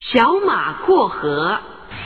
小马过河。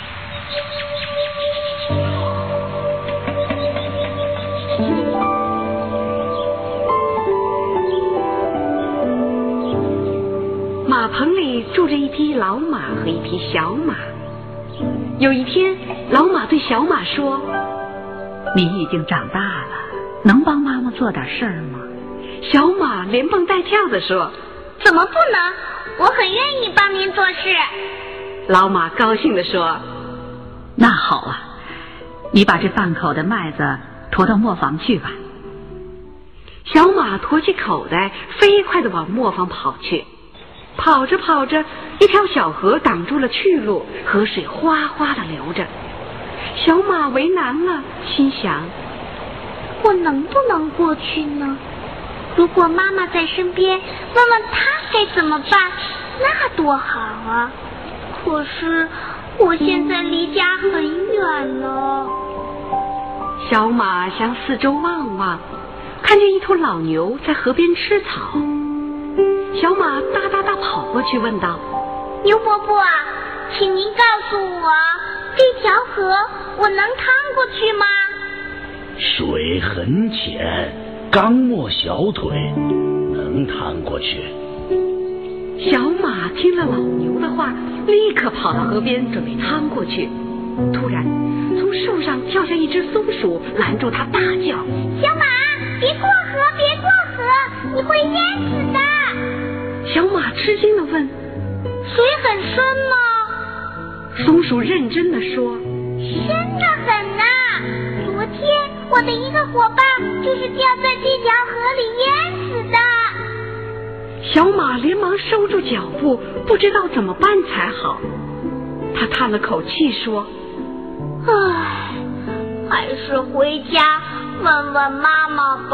马棚里住着一匹老马和一匹小马。有一天，老马对小马说：“ 你已经长大了，能帮妈妈做点事儿吗？” 小马连蹦带跳地说：“ 怎么不能？我很愿意帮您做事。” 老马高兴地说：“ 那好啊，你把这饭口的麦子驮到磨坊去吧。” 小马驮起口袋，飞快地往磨坊跑去。跑着跑着，一条小河挡住了去路，河水哗哗地流着。小马为难了，心想： 我能不能过去呢？如果妈妈在身边，问问她该怎么办，那多好啊！可是我现在离家很远了。 小马向四周望望，看见一头老牛在河边吃草。小马哒哒哒跑过去问道：“ 牛伯伯，请您告诉我，这条河我能趟过去吗？” 水很浅，刚没小腿，能趟过去。 小马听了老牛的话，立刻跑到河边准备趟过去。突然，从树上跳下一只松鼠，拦住他大叫：“ 小马，别过河，别过河，你会淹死的！” 小马吃惊地问：“ 水很深吗？” 松鼠认真地说：“ 深得很啊！昨天我的一个伙伴就是掉在这条河里淹死的。” 小马连忙收住脚步，不知道怎么办才好。他叹了口气说：“ 唉，还是回家问问妈妈吧。”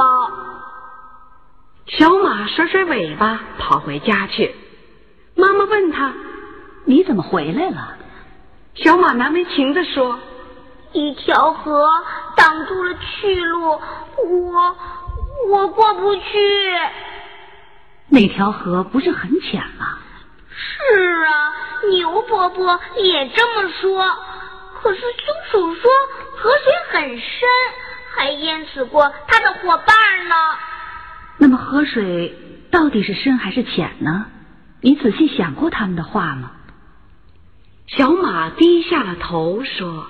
小马甩甩尾巴跑回家去。妈妈问他：“ 你怎么回来了？” 小马难为情地说：“ 一条河挡住了去路，我过不去。” 那条河不是很浅吗？ 是啊，牛伯伯也这么说。可是松鼠说河水很深，还淹死过他的伙伴呢。 那么河水到底是深还是浅呢？你仔细想过他们的话吗？ 小马低下了头说：“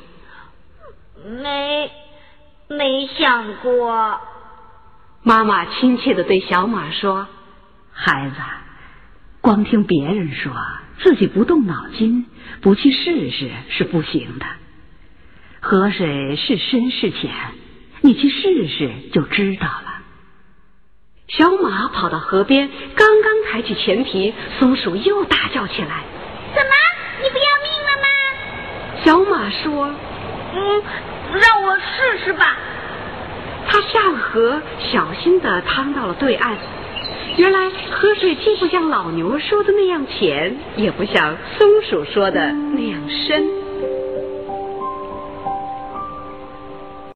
没想过。” 妈妈亲切地对小马说：“ 孩子，光听别人说，自己不动脑筋，不去试试是不行的。河水是深是浅，你去试试就知道了。” 小马跑到河边，刚刚抬起前蹄，松鼠又大叫起来：“ 怎么，你不要命了吗？” 小马说：“ 让我试试吧。” 他下了河，小心地趟到了对岸。原来河水既不像老牛说的那样浅，也不像松鼠说的那样深。